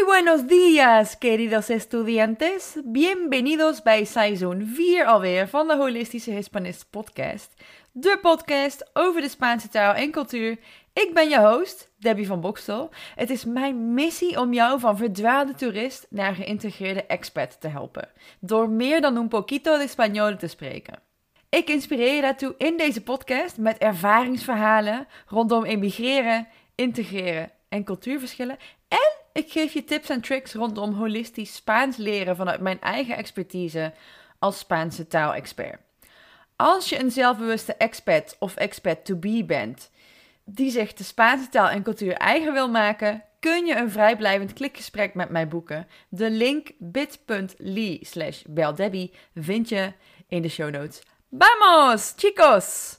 Buenos días, queridos estudiantes. Bienvenidos bij seizoen 4 alweer van de Holistische Hispanist podcast. De podcast over de Spaanse taal en cultuur. Ik ben je host, Debbie van Bokstel. Het is mijn missie om jou van verdwaalde toerist naar geïntegreerde expat te helpen. Door meer dan un poquito de español te spreken. Ik inspireer je daartoe in deze podcast met ervaringsverhalen rondom emigreren, integreren en cultuurverschillen. En ik geef je tips en tricks rondom holistisch Spaans leren vanuit mijn eigen expertise als Spaanse taalexpert. Als je een zelfbewuste expat of expat-to-be bent die zich de Spaanse taal en cultuur eigen wil maken, kun je een vrijblijvend klikgesprek met mij boeken. De link bit.ly/beldebbie vind je in de show notes. Vamos, chicos!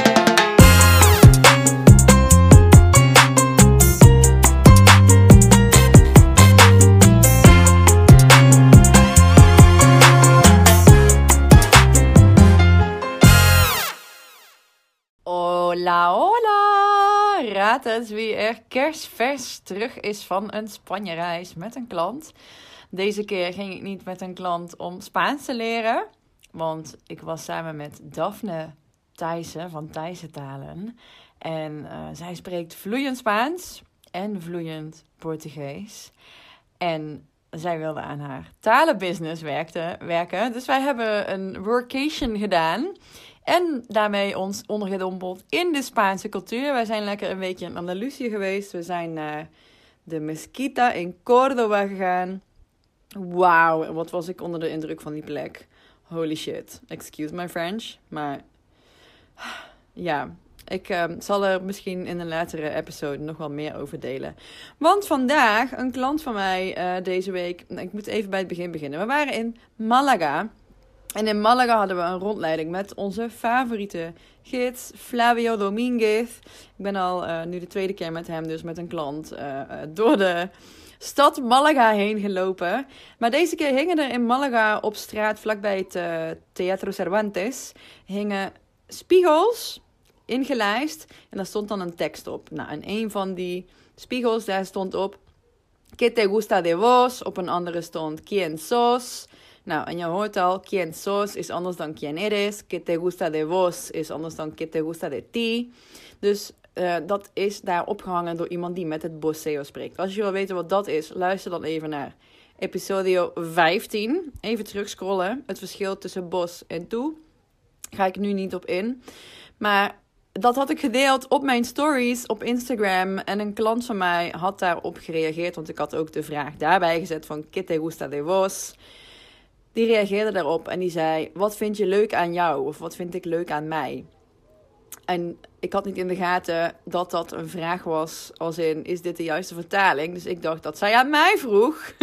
Hola, hola! Raad eens wie er kerstvers terug is van een Spanje-reis met een klant. Deze keer ging ik niet met een klant om Spaans te leren, want ik was samen met Daphne Thijssen van Thijssen Talen. En zij spreekt vloeiend Spaans en vloeiend Portugees. En zij wilde aan haar talenbusiness werken. Dus wij hebben een workation gedaan. En daarmee ons ondergedompeld in de Spaanse cultuur. Wij zijn lekker een weekje in Andalusië geweest. We zijn naar de Mezquita in Córdoba gegaan. Wauw, wat was ik onder de indruk van die plek. Holy shit. Excuse my French. Maar ja, ik zal er misschien in een latere episode nog wel meer over delen. Want vandaag, een klant van mij deze week. Ik moet even bij het begin beginnen. We waren in Malaga. En in Malaga hadden we een rondleiding met onze favoriete gids, Flavio Dominguez. Ik ben al nu de tweede keer met hem, dus met een klant, door de stad Malaga heen gelopen. Maar deze keer hingen er in Malaga op straat, vlakbij het Teatro Cervantes, hingen spiegels ingelijst. En daar stond dan een tekst op. Nou, en een van die spiegels, daar stond op: ¿Qué te gusta de vos? Op een andere stond: ¿Quién sos? Nou, en je hoort al, quién sos is anders dan quién eres. Que te gusta de vos is anders dan que te gusta de ti. Dus dat is daar opgehangen door iemand die met het bosseo spreekt. Als je wil weten wat dat is, luister dan even naar episodio 15. Even terugscrollen. Het verschil tussen bos en toe. Ga ik nu niet op in. Maar dat had ik gedeeld op mijn stories op Instagram. En een klant van mij had daarop gereageerd. Want ik had ook de vraag daarbij gezet van que te gusta de vos. Die reageerde daarop en die zei: wat vind je leuk aan jou? Of wat vind ik leuk aan mij? En ik had niet in de gaten dat dat een vraag was, als in, is dit de juiste vertaling? Dus ik dacht dat zij aan mij vroeg: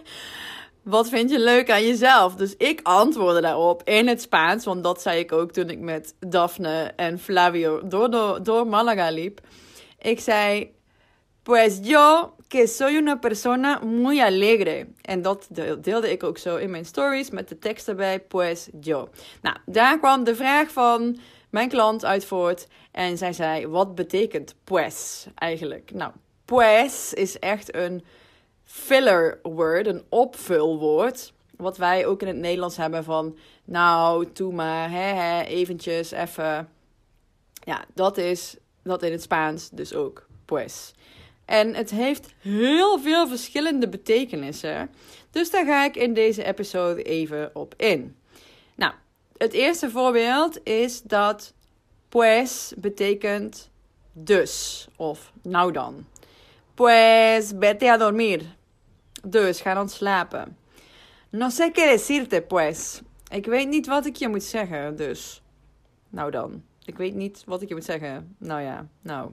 wat vind je leuk aan jezelf? Dus ik antwoordde daarop in het Spaans, want dat zei ik ook toen ik met Daphne en Flavio door Malaga liep. Ik zei: pues yo, que soy una persona muy alegre. En dat deelde ik ook zo in mijn stories met de tekst erbij, pues yo. Nou, daar kwam de vraag van mijn klant uit voort. En zij zei: wat betekent pues eigenlijk? Nou, pues is echt een filler word, een opvulwoord. Wat wij ook in het Nederlands hebben van: nou, doe maar, eventjes, even. Ja, dat is dat in het Spaans dus ook, pues. En het heeft heel veel verschillende betekenissen. Dus daar ga ik in deze episode even op in. Nou, het eerste voorbeeld is dat pues betekent dus. Of nou dan. Pues vete a dormir. Dus ga dan slapen. No sé qué decirte pues. Ik weet niet wat ik je moet zeggen, dus. Nou dan. Ik weet niet wat ik je moet zeggen. Nou ja, nou.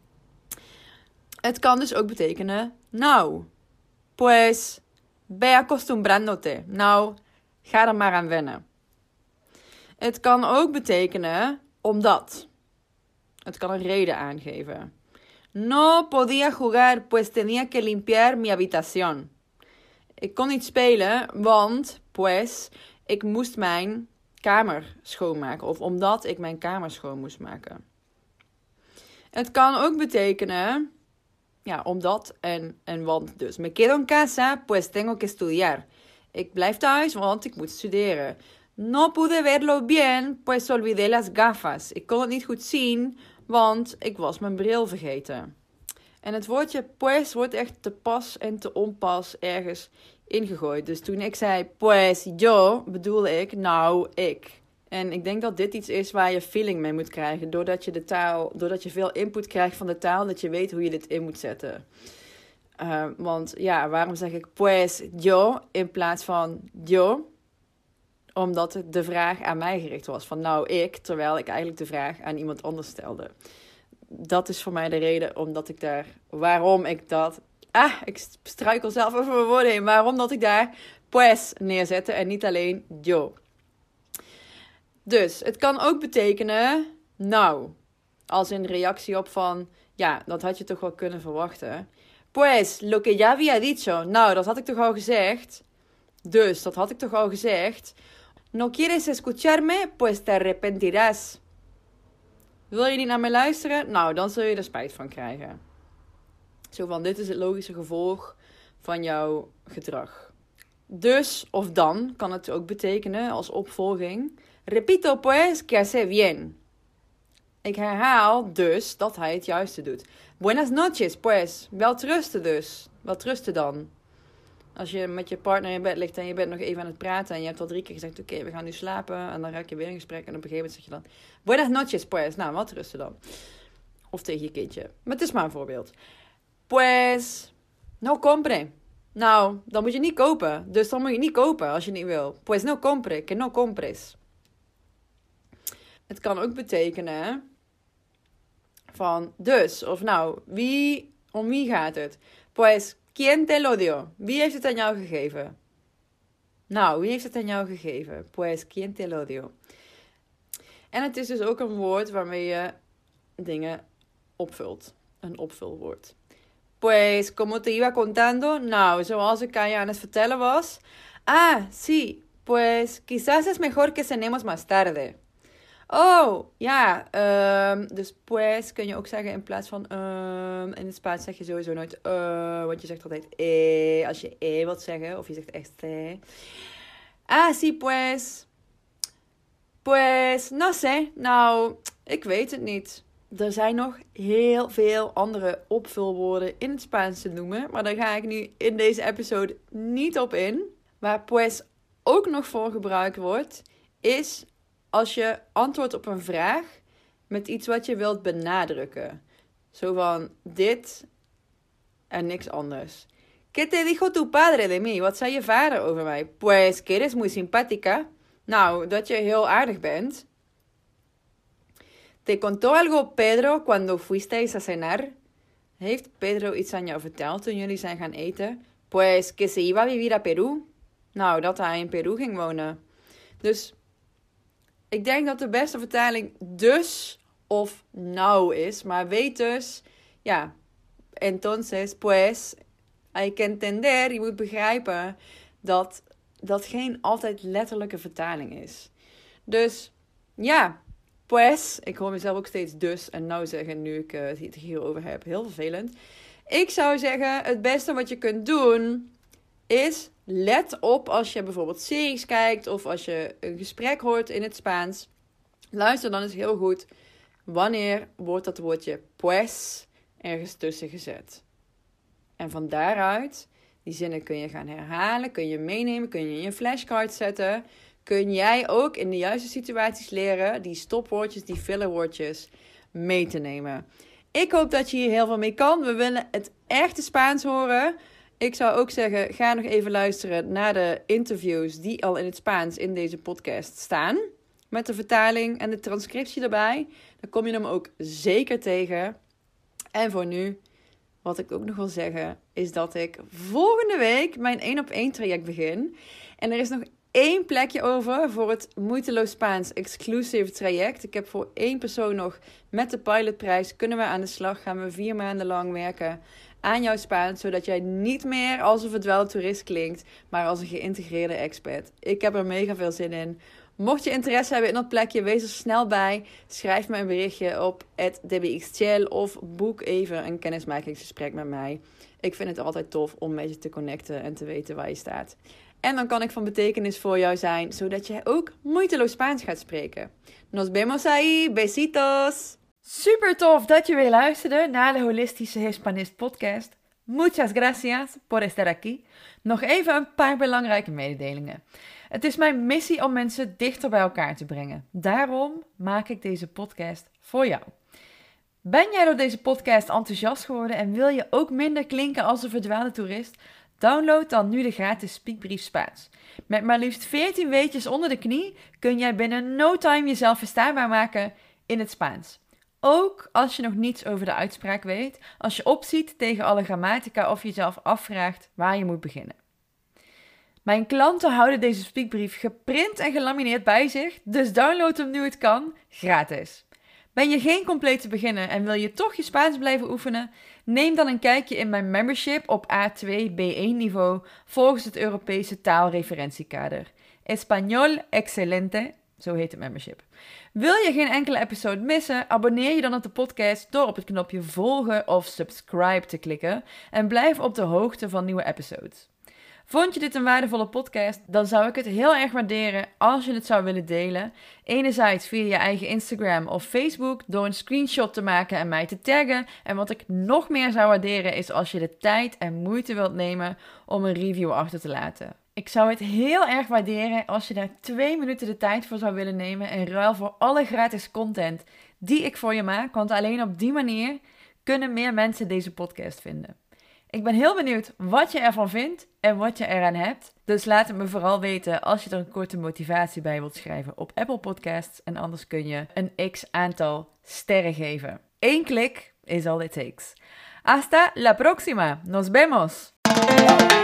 Het kan dus ook betekenen, nou, pues, ve acostumbrándote. Nou, ga er maar aan wennen. Het kan ook betekenen, omdat. Het kan een reden aangeven. No podía jugar, pues tenía que limpiar mi habitación. Ik kon niet spelen, want, pues, ik moest mijn kamer schoonmaken. Of omdat ik mijn kamer schoon moest maken. Het kan ook betekenen: Ja, omdat en want dus. Me quedo en casa, pues tengo que estudiar. Ik blijf thuis, want ik moet studeren. No pude verlo bien, pues olvidé las gafas. Ik kon het niet goed zien, want ik was mijn bril vergeten. En het woordje pues wordt echt te pas en te onpas ergens ingegooid. Dus toen ik zei pues yo, bedoelde ik nou ik. En ik denk dat dit iets is waar je feeling mee moet krijgen. Doordat je veel input krijgt van de taal, dat je weet hoe je dit in moet zetten. Want ja, waarom zeg ik pues yo in plaats van yo? Omdat het de vraag aan mij gericht was. Van nou ik, terwijl ik eigenlijk de vraag aan iemand anders stelde. Dat is voor mij de reden ik struikel zelf over mijn woorden heen. Waarom dat ik daar pues neerzette en niet alleen yo. Dus het kan ook betekenen nou. Als in reactie op van ja, dat had je toch wel kunnen verwachten. Pues, lo que ya había dicho. Nou, dat had ik toch al gezegd. Dus, dat had ik toch al gezegd. No quieres escucharme, pues te arrepentirás. Wil je niet naar mij luisteren? Nou, dan zul je er spijt van krijgen. Zo van, dit is het logische gevolg van jouw gedrag. Dus, of dan, kan het ook betekenen als opvolging. Repito pues que hace bien. Ik herhaal dus dat hij het juiste doet. Buenas noches, pues. Welterusten dus. Welterusten dan. Als je met je partner in bed ligt en je bent nog even aan het praten en je hebt al 3 keer gezegd, oké, we gaan nu slapen. En dan raak je weer in gesprek en op een gegeven moment zeg je dan, buenas noches, pues. Nou, welterusten dan. Of tegen je kindje. Maar het is maar een voorbeeld. Pues, no compre. Nou, dan moet je niet kopen. Dus dan moet je niet kopen als je niet wil. Pues no compre, que no compres. Het kan ook betekenen van dus, of nou, om wie gaat het? Pues, ¿quién te lo dio? Wie heeft het aan jou gegeven? Nou, wie heeft het aan jou gegeven? Pues, ¿quién te lo dio? En het is dus ook een woord waarmee je dingen opvult. Een opvulwoord. Pues, como te iba contando, nou, zoals ik aan je aan het vertellen was. Ah, sí, pues, quizás es mejor que cenemos más tarde. Oh, ja. Dus pues kun je ook zeggen in plaats van in het Spaans zeg je sowieso nooit want je zegt altijd als je wilt zeggen. Of je zegt este. Ah, sí, pues. Pues, no sé. Nou, ik weet het niet. Er zijn nog heel veel andere opvulwoorden in het Spaans te noemen. Maar daar ga ik nu in deze episode niet op in. Waar pues ook nog voor gebruikt wordt, is als je antwoordt op een vraag met iets wat je wilt benadrukken. Zo van dit en niks anders. ¿Qué te dijo tu padre de mí? Wat zei je vader over mij? Pues que eres muy simpática. Nou, dat je heel aardig bent. ¿Te contó algo Pedro cuando fuisteis a cenar? Heeft Pedro iets aan jou verteld toen jullie zijn gaan eten? Pues que se iba a vivir a Perú. Nou, dat hij in Peru ging wonen. Dus ik denk dat de beste vertaling dus of nou is. Maar weet dus, ja, entonces, pues, hay que entender, je moet begrijpen dat dat geen altijd letterlijke vertaling is. Dus, ja, pues, ik hoor mezelf ook steeds dus en nou zeggen nu ik het hierover heb. Heel vervelend. Ik zou zeggen, het beste wat je kunt doen is, let op als je bijvoorbeeld series kijkt of als je een gesprek hoort in het Spaans. Luister dan eens heel goed. Wanneer wordt dat woordje pues ergens tussen gezet? En van daaruit, die zinnen kun je gaan herhalen, kun je meenemen, kun je in je flashcard zetten. Kun jij ook in de juiste situaties leren die stopwoordjes, die fillerwoordjes mee te nemen. Ik hoop dat je hier heel veel mee kan. We willen het echte Spaans horen. Ik zou ook zeggen, ga nog even luisteren naar de interviews die al in het Spaans in deze podcast staan. Met de vertaling en de transcriptie erbij. Dan kom je hem ook zeker tegen. En voor nu, wat ik ook nog wil zeggen, is dat ik volgende week mijn 1-op-1 traject begin. En er is nog 1 plekje over voor het Moeiteloos Spaans exclusive traject. Ik heb voor 1 persoon nog met de pilotprijs kunnen we aan de slag. Gaan we 4 maanden lang werken aan jouw Spaans, zodat jij niet meer als een verdwaald toerist klinkt, maar als een geïntegreerde expert. Ik heb er mega veel zin in Mocht je interesse hebben in dat plekje, wees er snel bij. Schrijf me een berichtje op @debbieXChill of boek even een kennismakingsgesprek met mij. Ik vind het altijd tof om met je te connecten en te weten waar je staat. En dan kan ik van betekenis voor jou zijn, zodat jij ook moeiteloos Spaans gaat spreken. Nos vemos ahí, besitos! Super tof dat je weer luisterde naar de Holistische Hispanist podcast. Muchas gracias por estar aquí. Nog even een paar belangrijke mededelingen. Het is mijn missie om mensen dichter bij elkaar te brengen. Daarom maak ik deze podcast voor jou. Ben jij door deze podcast enthousiast geworden en wil je ook minder klinken als een verdwaalde toerist? Download dan nu de gratis Speakbrief Spaans. Met maar liefst 14 weetjes onder de knie kun jij binnen no time jezelf verstaanbaar maken in het Spaans. Ook als je nog niets over de uitspraak weet, als je opziet tegen alle grammatica of jezelf afvraagt waar je moet beginnen. Mijn klanten houden deze speakbrief geprint en gelamineerd bij zich, dus download hem nu het kan, gratis. Ben je geen complete beginner en wil je toch je Spaans blijven oefenen? Neem dan een kijkje in mijn membership op A2 B1 niveau volgens het Europese taalreferentiekader. Español Excelente, zo heet het membership. Wil je geen enkele episode missen? Abonneer je dan op de podcast door op het knopje volgen of subscribe te klikken en blijf op de hoogte van nieuwe episodes. Vond je dit een waardevolle podcast? Dan zou ik het heel erg waarderen als je het zou willen delen. Enerzijds via je eigen Instagram of Facebook door een screenshot te maken en mij te taggen. En wat ik nog meer zou waarderen is als je de tijd en moeite wilt nemen om een review achter te laten. Ik zou het heel erg waarderen als je daar 2 minuten de tijd voor zou willen nemen in ruil voor alle gratis content die ik voor je maak. Want alleen op die manier kunnen meer mensen deze podcast vinden. Ik ben heel benieuwd wat je ervan vindt en wat je eraan hebt. Dus laat het me vooral weten als je er een korte motivatie bij wilt schrijven op Apple Podcasts. En anders kun je een x-aantal sterren geven. 1 klik is all it takes. Hasta la próxima. Nos vemos.